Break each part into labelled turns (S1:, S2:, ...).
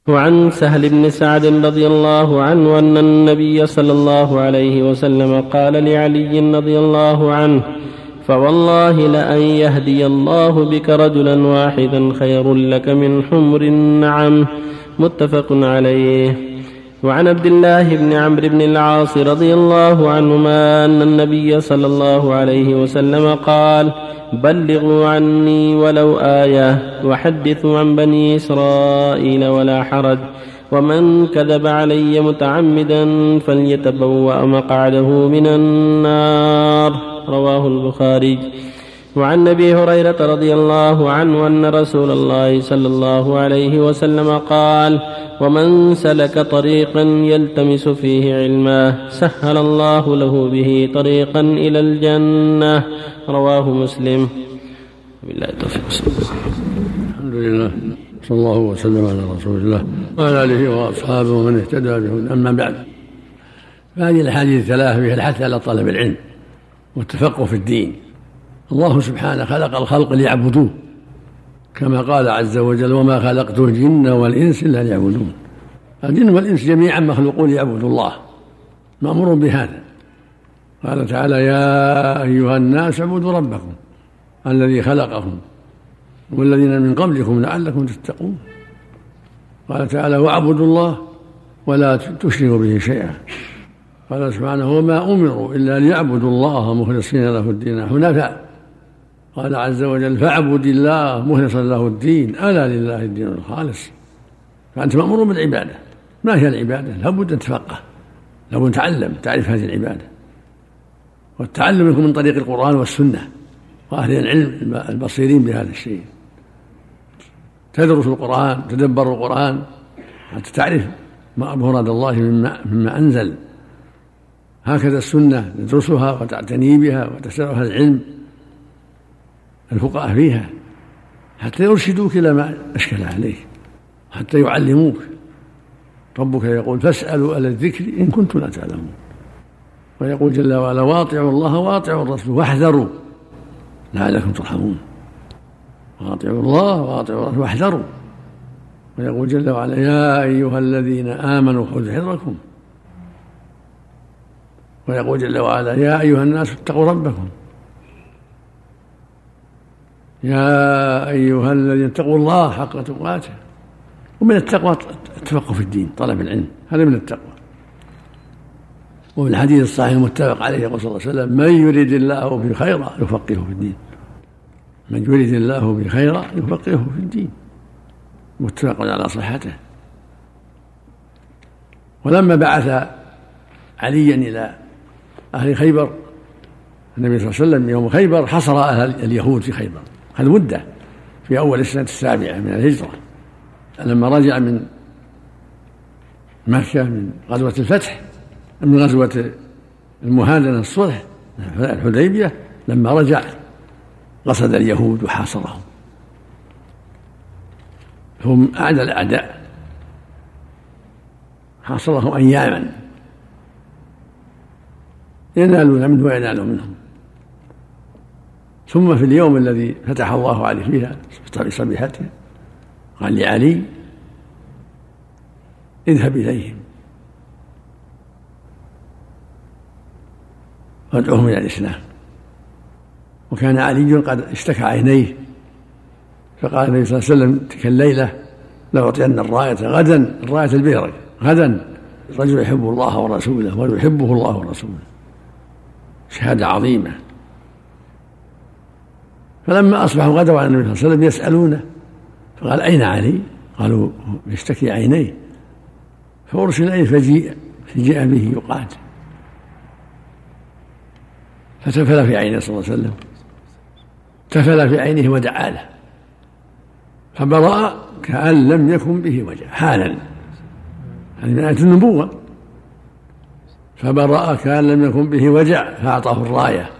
S1: وعن سهل بن سعد رضي الله عنه أن النبي صلى الله عليه وسلم قال لعلي رضي الله عنه: فوالله لأن يهدي الله بك رجلا واحدا خير لك من حمر النعم. متفق عليه. وعن عبد الله بن عمرو بن العاص رضي الله عنهما أن النبي صلى الله عليه وسلم قال: بلغوا عني ولو آية وحدثوا عن بني إسرائيل ولا حرج، ومن كذب علي متعمدا فليتبوأ مقعده من النار. رواه البخاري. وعن أبي هريرة رضي الله عنه أن رسول الله صلى الله عليه وسلم قال: ومن سلك طريقا يلتمس فيه علما سهل الله له به طريقا إلى الجنة. رواه مسلم. بالله التوفيق.
S2: الحمد لله، صلى الله وسلم على رسول الله وعلى آله وأصحابه ومن اهتدى به. أما بعد، فهذه الأحاديث الثلاث فيها الحث على طلب العلم والتفقه في الدين. الله سبحانه خلق الخلق ليعبدوه، كما قال عز وجل: وما خلقت الجن والإنس إلا ليعبدون. الجن والإنس جميعا مخلوقون ليعبدوا الله، مأمور بهذا. قال تعالى: يا أيها الناس اعبدوا ربكم الذي خلقكم والذين من قبلكم لعلكم تتقون. قال تعالى: واعبدوا الله ولا تشركوا به شيئا. قال سبحانه: وما أمروا إلا ليعبدوا الله مخلصين له الدين حنفاء. قال عز وجل: فاعبد الله مخلصا له الدين ألا لله الدين الخالص. فأنت مأمور بالعبادة. ما هي العبادة؟ لابد أن تفقه، لابد أن تعلم، تعرف هذه العبادة. والتعلم يكون من طريق القرآن والسنة وأهل العلم البصيرين بهذا الشيء. تدرس القرآن، تدبر القرآن حتى تعرف ما مراد الله مما أنزل. هكذا السنة ندرسها وتعتني بها وتسألها العلم الفقهاء فيها حتى يرشدوك إلى ما أشكل عليك، حتى يعلموك. ربك يقول: فاسألوا أهل الذكر إن كنتم لا تعلمون. ويقول جل وعلا: واطيعوا الله واطيعوا الرسول واحذروا لعلكم ترحمون. واطيعوا الله واطيعوا الرسول واحذروا. ويقول جل وعلا: يا أيها الذين آمنوا خذوا حذركم. ويقول جل وعلا: يا أيها الناس اتقوا ربكم. يا أيها الذين اتقوا الله حق تقاته. ومن التقوى التفقه في الدين، طلب العلم، هذا من التقوى. وفي الحديث الصحيح المتفق عليه يقول صلى الله عليه وسلم: من يريد الله به خيرا يفقهه في الدين. من يريد الله به خيرا يفقهه في الدين. متفق على صحته. ولما بعث عليا إلى أهل خيبر النبي صلى الله عليه وسلم يوم خيبر حصر أهل اليهود في خيبر، هذه مدة في أول السنة 7 من الهجرة. لما رجع من مكة من غزوة الفتح، من غزوة المهادنة الصلح الحديبية، لما رجع قصد اليهود وحاصرهم. هم أعدى الأعداء، حاصرهم أياما ينالون منه وينالون منهم. ثم في اليوم الذي فتح الله عليه فيها بصبيحته قال لعلي: اذهب إليهم وادعوهم إلى الإسلام. وكان علي قد اشتكى عينيه، فقال النبي صلى الله عليه وسلم تلك الليلة: لأعطين الراية غدا، الراية البيضاء غدا، الرجل يحب الله ورسوله ويحبه الله ورسوله. شهادة عظيمة. فلما أصبحوا غدوا على النبي صلى الله عليه وسلم يسألونه، فقال: أين علي؟ قالوا: يشتكي عينيه. فأرسل إليه فجيء به يقاتل، فتفل في عينه صلى الله عليه وسلم، تفل في عينه ودعا له، فبرأ كأن لم يكن به وجع حالا. هذه من آية النبوة. فبرأ كأن لم يكن به وجع، فأعطاه الراية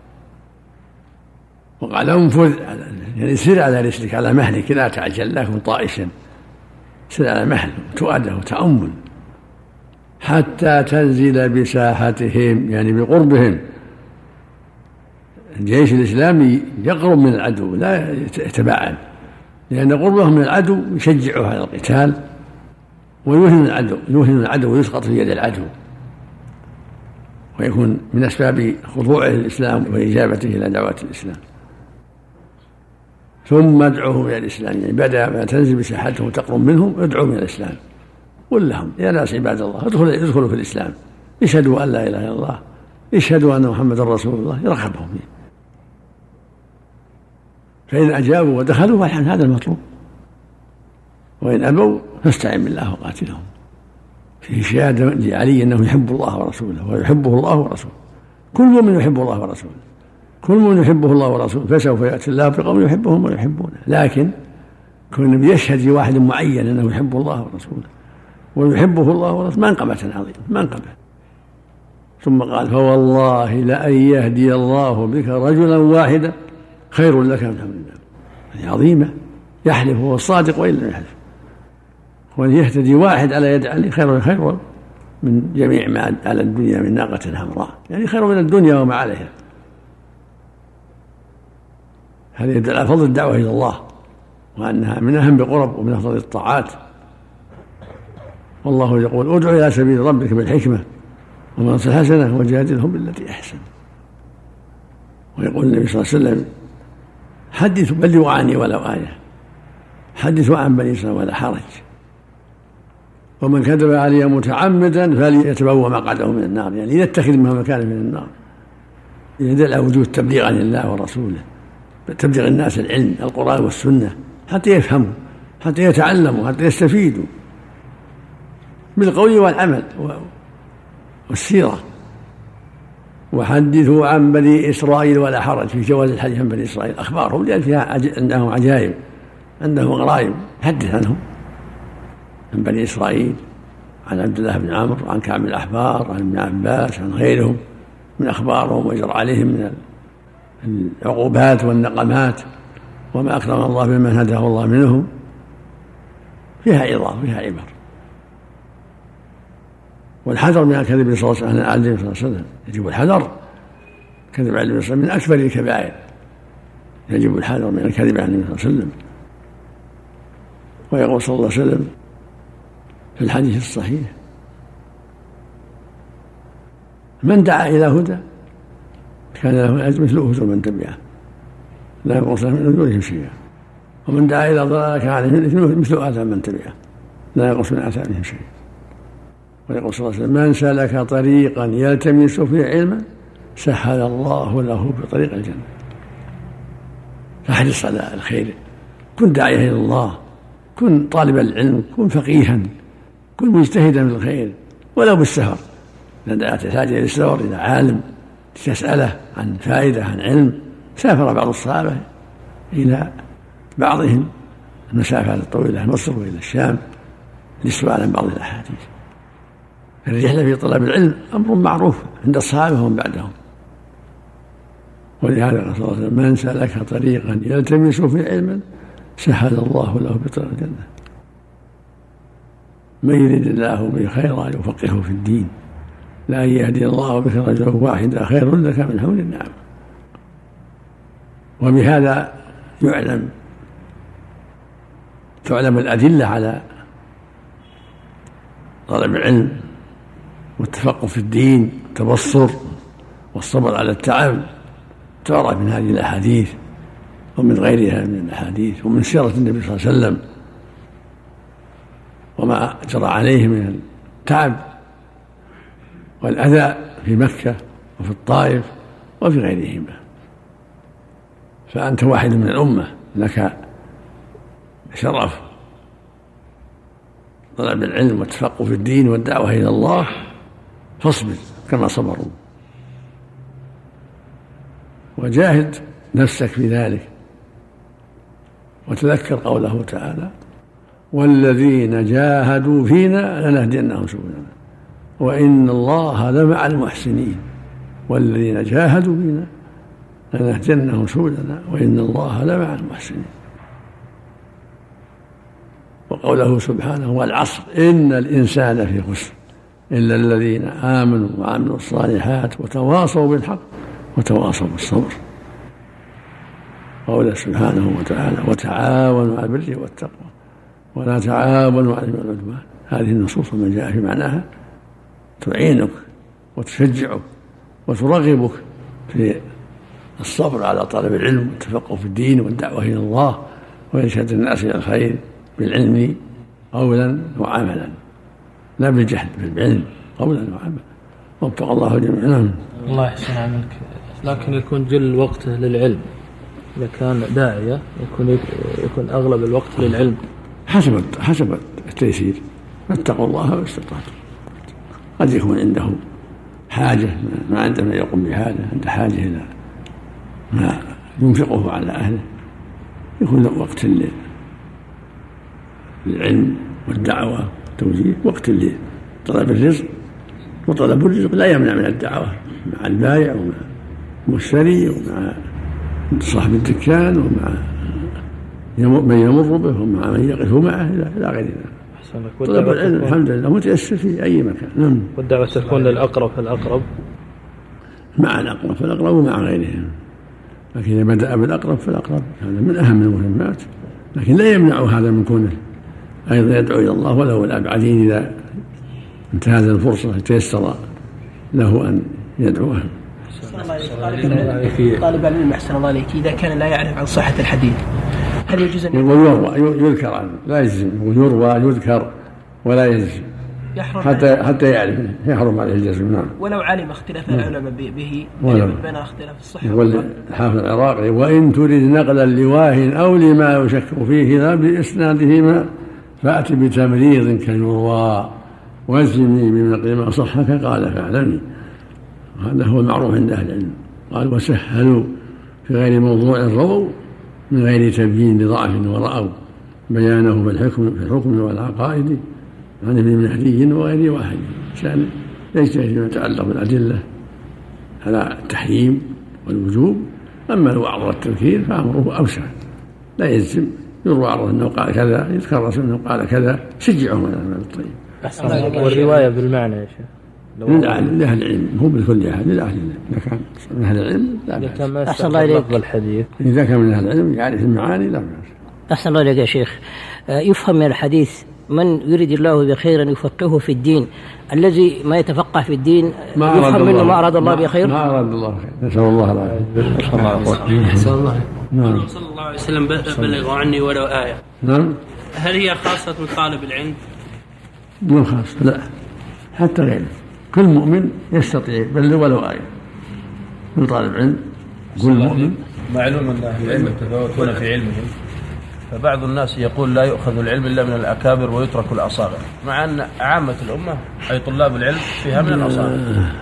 S2: وقال: انفذ، يعني سر على رسلك على مهلك، لا تعجل، لا تكن طائشا، سر على مهل وتؤدى وتأمل حتى تنزل بساحتهم، يعني بقربهم. الجيش الإسلامي يقرب من العدو لا يتباعد، لأن قربهم من العدو يشجعه على القتال ويوهن العدو ويسقط في يد العدو، ويكون من أسباب خضوعه للإسلام وإجابته إلى دعوات الإسلام. ثم ادعوهم إلى الإسلام، يعني بدأ ما تنزل بساحتهم وتقرب منهم ادعوا من الإسلام. قل لهم يا ناس عباد الله ادخلوا في الإسلام، اشهدوا أن لا إله إلا الله، اشهدوا أن محمدا رسول الله، يرغبهم فيه. فإن أجابوا ودخلوا فالحمد هذا المطلوب، وإن أبوا فاستعن بالله وقاتلهم. فيه شهادة لعلي أنه يحب الله ورسوله ويحبه الله ورسوله. كل مؤمن يحب الله ورسوله، كل مؤمن يحبه الله ورسوله، فسوف يأتي الله بقوم يحبهم ويحبونه. لكن كون يشهد لواحد معين أنه يحب الله ورسوله ويحبه الله ورسوله منقبة عظيمة، منقبة. ثم قال فوالله لأن يهدي الله بك رجلا واحدا خير لك من حمر النعم. هذه عظيمة، يحلف هو الصادق وإن لم يحلف، وأن يهتدي واحد على يد علي خير من جميع ما على الدنيا من ناقة حمراء، يعني خير من الدنيا وما عليها. هذا يدل على فضل الدعوة إلى الله، وأنها من أهم القرب ومن أفضل الطاعات. والله يقول ادع إلى سبيل ربك بالحكمة وموعظة الحسنة وجادلهم بالتي أحسن. ويقول النبي صلى الله عليه وسلم حدثوا بلغوا عني ولو آية، حدثوا عن بني إسرائيل ولا حرج، ومن كذب علي متعمدا فليتبوأ مقعده من النار، يعني يتخذ منه مكانه من النار. يدل على وجود تبليغ عن الله ورسوله، تبليغ الناس العلم القرآن والسنة حتى يفهموا، حتى يتعلموا، حتى يستفيدوا بالقول والعمل والسيرة. وحدثوا عن بني إسرائيل ولا حرج، في جواز الحديث عن بني إسرائيل أخبارهم، لأن فيها عندهم عجائب، عندهم غرائب، حدث عنهم عن بني إسرائيل، عن عبد الله بن عمرو، عن كعب الأحبار، عن ابن عباس، عن غيرهم من أخبارهم ويجرى عليهم من العقوبات والنقمات وما أكرم الله بمن هداه الله منهم. فيها عظة فيها عبر. والحذر من الكذب صلى الله عليه وسلم، يجب الحذر. كذب عليه وسلم من أكبر الكبائر، يجب الحذر من الكذب عليه النبي صلى الله عليه وسلم. ويقول صلى الله عليه وسلم في الحديث الصحيح من دعا إلى هدى كان له أجر مثل أجر من تبعه لا ينقص من أجورهم شيئا، ومن دعا إلى ضلال كان عليه مثل آثام من تبعه لا ينقص من آثامهم شيئا. ويقول صلى الله عليه وسلم من سلك طريقا يلتمس فيه علما سهل الله له بطريق الجنة. فاحرص على الخير، كن داعية إلى الله، كن طالب العلم، كن فقيها، كن مجتهدا في الخير ولو بالسفر. إذا تحتاج إلى السفر إلى عالم تسأله عن فائدة عن علم، سافر بعض الصحابة إلى بعضهم المسافات الطويلة مصر وإلى الشام للسؤال عن بعض الأحاديث. الرحلة في طلب العلم أمر معروف عند الصحابة ومن بعدهم. ولهذا قال صلى الله عليه وسلم من سلك طريقا يلتمس فيه علما سهل الله له بطريق الجنة. من يريد الله به خيرا يفقهه في الدين، لا يهدي الله بك رجلا واحدا خير لك من حمر النعم. وبهذا تعلم الأدلة على طلب العلم والتفقه في الدين والتبصر والصبر على التعب، تعرف من هذه الأحاديث ومن غيرها من الأحاديث ومن سيرة النبي صلى الله عليه وسلم وما جرى عليه من التعب والأذى في مكة وفي الطائف وفي غيرهما. فأنت واحد من الأمة، لك شرف طلب العلم والتفقه في الدين والدعوة إلى الله، فاصبر كما صبروا وجاهد نفسك في ذلك. وتذكر قوله تعالى والذين جاهدوا فينا لنهدينهم سبلنا وإن الله لمع المحسنين. والذين جاهدوا فينا لنهدينهم سبلنا وإن الله لمع المحسنين. وقوله سبحانه والعصر إن الإنسان في خسر إلا الذين آمنوا وعملوا الصالحات وتواصوا بالحق وتواصوا بالصبر. قوله سبحانه وتعالى وتعاونوا على البر والتقوى ولا تعاونوا على الإثم والعدوان. هذه النصوص وما جاء في معناها تعينك وتشجعك وترغبك في الصبر على طلب العلم والتفقه في الدين والدعوة إلى الله وإرشاد الناس إلى الخير بالعلم قولا وعملا، لا بالجهل بل بالعلم قولا وعملا. وفق الله جميعا.
S3: الله يحسن عملك. لكن يكون جل وقته للعلم، إذا كان داعية يكون أغلب الوقت للعلم
S2: حسب التيسير. فاتقوا الله واستطعتم. قد يكون عنده حاجة ما عنده من يقوم بحاجة، عنده حاجة إلى ما ينفقه على أهله، يكون له وقت للعلم والدعوة والتوجيه، وقت لطلب الرزق. وطلب الرزق لا يمنع من الدعوة مع البائع ومع المشتري ومع صاحب الدكان ومع من يمر به ومع من يقف معه إلى غير ذلك. طلب العلم الحمد لله متيسر في أي مكان.
S3: والدعوة تكون للأقرب فالأقرب،
S2: مع الأقرب فالأقرب ومع غيرهم، لكن إذا بدأ بالأقرب فالأقرب هذا من أهم المهمات. لكن لا يمنع هذا من كونه أيضا يدعو إلى الله ولو الأبعدين إذا انتهز الفرصة تيسر له أن يدعوهم.
S4: طالب العلم أحسن الله عليك إذا كان لا يعرف عن صحة الحديث هل يجوز أن
S2: يروى يذكر عنه لا يجزم، يروى يذكر ولا يجزم حتى يعرف يحرم عليه الجزم. نعم.
S4: ولو علم اختلاف العلماء به بين اختلاف الصحة.
S2: يقول الحافظ العراقي: وإن تريد نقلا لواه أو لما يشك فيه لا بإسنادهما فأت بتمريض كيروى وازمي بنقل ما صحك قال فاعلمي. هذا هو المعروف عند أهل العلم. قال: وسهلوا في غير موضوع رووا من غير تبيين لضعف ورأوا بيانه في الحكم والعقائد عن ابن مهدي وغير واحد. عشان يجتهد فيما يتعلق بالأدلة على التحريم والوجوب. أما الوعظ والتذكير فأمره أوسع، لا يلزم. يروى عنه أنه قال كذا، يذكر الرسول أنه قال كذا، شجعهم على العمل الطيب.
S3: والرواية بالمعنى يا شيخ
S2: لأهل العلم، هو بكل أحد لأهل العلم. إذا كان من أهل العلم لا بأس.
S3: أحسن الله إليك بالحديث.
S2: إذا كان من أهل العلم يعرف المعاني لا بأس.
S5: أحسن الله إليك يا شيخ. يفهم من الحديث: من يريد الله بخيرا يفقهه في الدين. الذي ما يتفقه في الدين يفهم منه ما أراد الله بخير.
S2: ما أراد الله خير. نسأل الله العافية.
S3: نسأل الله.
S1: نعم. صلى الله عليه وسلم: بلغوا عني ولو آية.
S2: نعم.
S1: هل هي خاصة من طالب العلم؟
S2: مو خاصة، لا، حتى غيره. كل مؤمن يستطيع يبلغ ولو آية من طالب علم. كل مؤمن.
S3: معلوم أن أهل العلم يتفاوتون في علمهم، فبعض الناس يقول لا يؤخذ العلم إلا من الأكابر ويترك الأصاغر، مع أن عامة الأمة أي طلاب العلم فيها من الأصاغر.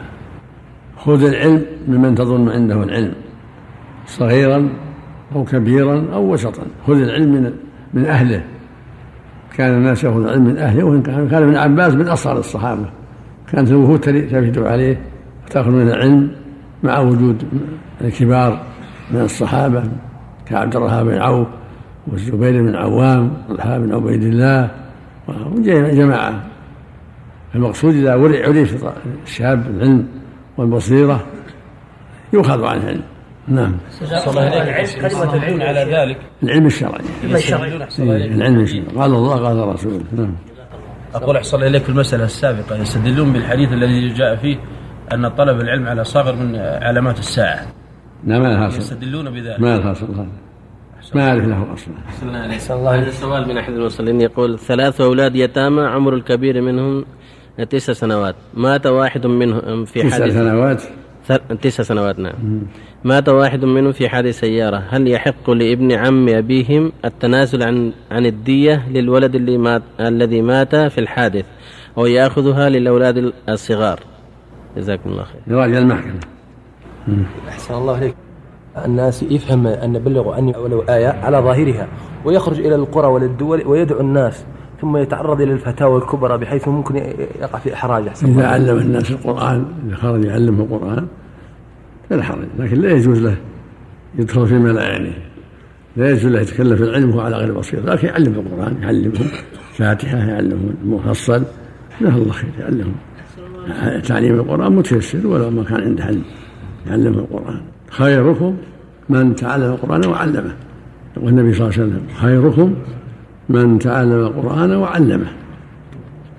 S2: خذ العلم ممن تظن عنده العلم، صغيرا أو كبيرا أو وسطا. خذ العلم من أهله. كان الناس يأخذ العلم من أهله، وإن كان ابن عباس من أصغر الصحابة، كانت الوفود تفد عليه وتأخذ من العلم مع وجود الكبار من الصحابة كعبد الرحمن بن عوف والزبير بن عوام والطلحة بن عبيد الله وجماعة. المقصود إذا عرف الشاب العلم والبصيرة يؤخذ عنه العلم. نعم.
S3: كلمة العلم على ذلك
S2: العلم الشرعي. العلم الشرعي قال الله قال رسوله. نعم.
S3: أقول أحصل إليك في المسألة السابقة يستدلون بالحديث الذي جاء فيه أن طلب العلم على صغر من علامات الساعة.
S2: نعم. ما
S3: يستدلون بذلك.
S2: ما الحاصل ما أعرف له أصلا.
S1: هذا السؤال من أحد المصلين يقول: 3 أولاد يتامى عمر الكبير منهم 9 سنوات، مات واحد منهم في حادث
S2: 9 سنوات
S1: 9 سنوات. نعم. مات واحد منهم في حادث سيارة، هل يحق لابن عم أبيهم التنازل عن الدية للولد الذي مات في الحادث أو يأخذها للأولاد الصغار؟ جزاكم الله خير.
S2: يراجع المحكمة.
S6: أحسن الله عليك. الناس يفهم أن بلغوا عني ولو آية على ظاهرها، ويخرج إلى القرى وللدول ويدعو الناس، ثم يتعرض إلى الفتاوى الكبرى بحيث ممكن يقع في إحراج.
S2: إذا علم الناس القرآن، إذا خرج يعلمه القرآن فلا حرج، لكن لا يجوز له يدخل فيما لا يعنيه. لا يجوز له يتكلم في العلم وهو على غير بصير، لكن يعلم القرآن، يعلمهم فاتحة، يعلمهم المفصل، جزاه الله خير، يعلمهم. تعليم القرآن متيسر ولو ما كان عنده علم، يعلمه القرآن. خيركم من تعلم القرآن وعلمه. يقول النبي صلى الله عليه وسلم: خيركم من تعلم القرآن وعلمه.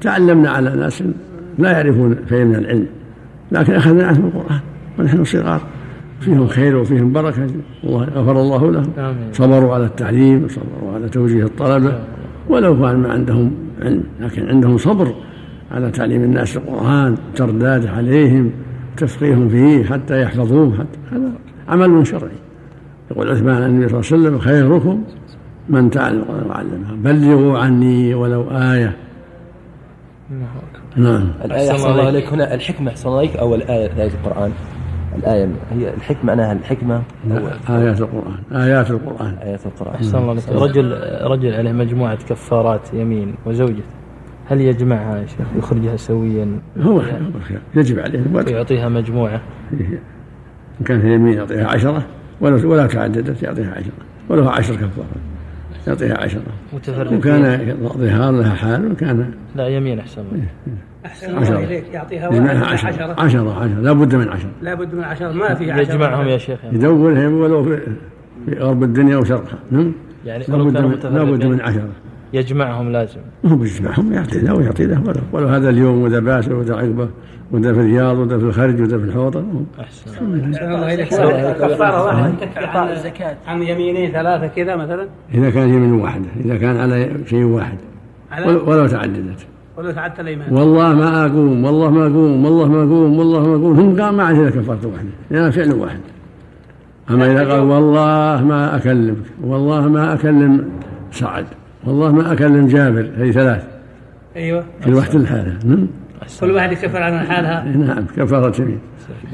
S2: تعلمنا على ناس لا يعرفون شيئا من العلم، لكن أخذنا عنهم القرآن ونحن صغار، فيهم خير وفيهم بركة، غفر الله لهم. صبروا على التعليم وصبروا على توجيه الطلبة ولو كان ما عندهم علم، لكن عندهم صبر على تعليم الناس القرآن، ترداد عليهم، تفقيهم فيه حتى يحفظوه. هذا عمل شرعي. يقول عثمان النبي صلى الله عليه وسلم: خيركم من تعلم القرآن وعلمها، بلغوا عني ولو آية. نعم.
S6: الآية أحسن الله عليك، هنا الحكمة أحسن الله عليك أو الآية في آية القرآن؟ الآية هي الحكمة، معناها الحكمة
S2: آيات القرآن. آيات القرآن.
S6: آيات القرآن.
S7: أحسن الله عليك. رجل عليه مجموعة كفارات يمين وزوجته، هل يجمعها يا شيخ يخرجها سويا؟
S2: هو يجب عليه
S7: يعطيها مجموعة،
S2: إن كان في يمين يعطيها 10 ولا تعددت يعطيها 10 ولو 10 كفارة يعطيها 10. وكان ظهار لها حال وكان
S7: لا يمين. أحسن
S8: الله إليك يعطيها 10
S2: لا بد من 10.
S8: لا بد من 10 ما في 10
S7: يجمعهم يا شيخ
S2: يدورهم ولو في غرب الدنيا وشرقها.
S7: يعني
S2: لا بد من 10
S7: يجمعهم، لازم
S2: هو يجمعهم، يعطي له ويعطي له ولو هذا اليوم وذا باسل وذا عقبه وذا في الرياض وذا في الخرج وذا في الحوضة.
S8: أحسن الله إليك. كفارة واحدة تكفي عن الزكاة عن يمينين 3 كذا مثلا،
S2: إذا كان يمين واحدة، إذا كان على شيء واحد ولو تعددت،
S8: ولو تعدت الأيمان،
S2: والله ما أقوم والله ما أقوم والله ما أقوم والله ما أقوم، هم قام ما عندنا كفارة واحدة لأن فعل واحد. أما إذا قال والله ما أكلمك والله ما أكلم سعد والله ما أكلم جابر، هذه 3.
S8: أيوة
S2: في وقت الحالة.
S8: كل واحد يكفر عن حالها.
S2: نعم كفارة يمين.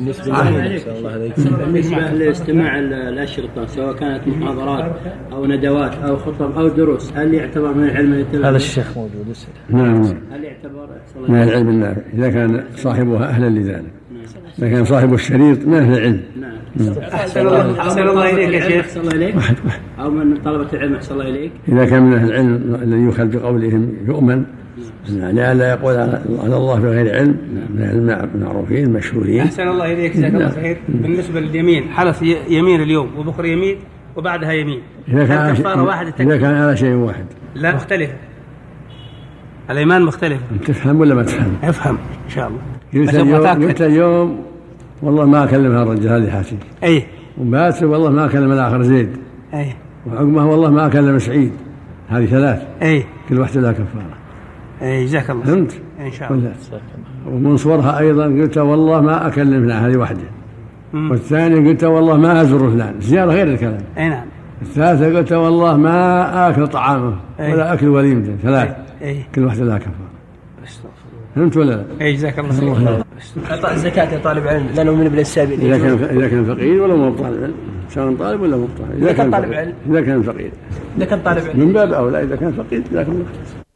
S9: بالنسبة لاستماع الأشرطة سواء كانت محاضرات أو ندوات أو خطب أو دروس، هل يعتبر من العلم النافع؟
S7: هذا الشيخ موجود.
S2: نعم.
S9: هل يعتبر
S2: من العلم النافع إذا كان صاحبها أهلا لذلك؟ إذا كان صاحب الشريط ما أهل العلم.
S8: أحسن الله إليك يا شيخ.
S9: أحسن الله إليك. أو من طلبة العلم. أحسن الله إليك.
S2: إذا كان من أهل العلم الذي يؤخذ بقولهم يؤمن، لئلا يقول على الله بغير علم، من المعروفين المشهورين.
S8: أحسن الله إليك جزاك الله خير. بالنسبة لليمين، حلف يمين اليوم وبكرة يمين وبعدها يمين،
S2: إذا كان على شيء واحد
S8: لا مختلفة، الأيمان مختلفة.
S2: تفهم ولا ما تفهم؟
S8: أفهم إن شاء الله.
S2: قلت اليوم والله ما أكلم هالرجال هذه حاتم،
S8: أي
S2: وباتر والله ما أكلم الآخر زيد،
S8: أي
S2: وعقبه والله ما أكلم سعيد، هذه 3.
S8: أي
S2: كل واحدة لها كفارة.
S8: أي جزاك الله.
S2: فهمت؟
S8: إن شاء الله.
S2: ومن صورها أيضا قلت والله ما أكلم فلان، هذه واحدة. والثانية قلت والله ما أزور فلان، زيارة غير الكلام.
S8: أي نعم.
S2: الثالثة قلت والله ما آكل طعامه ولا أكل وليمته، 3. كل واحدة لها كفارة. فهمت ولا لا؟
S8: أي جزاك الله خير.
S4: إعطاء الزكاة يا طالب علم لأنه من ابن السابقين.
S2: إذا كان فقير ولا مو طالب علم، سواء طالب ولا مو طالب.
S4: إذا كان طالب علم.
S2: إذا كان فقير.
S4: إذا كان طالب علم
S2: من باب أولى إذا كان فقير.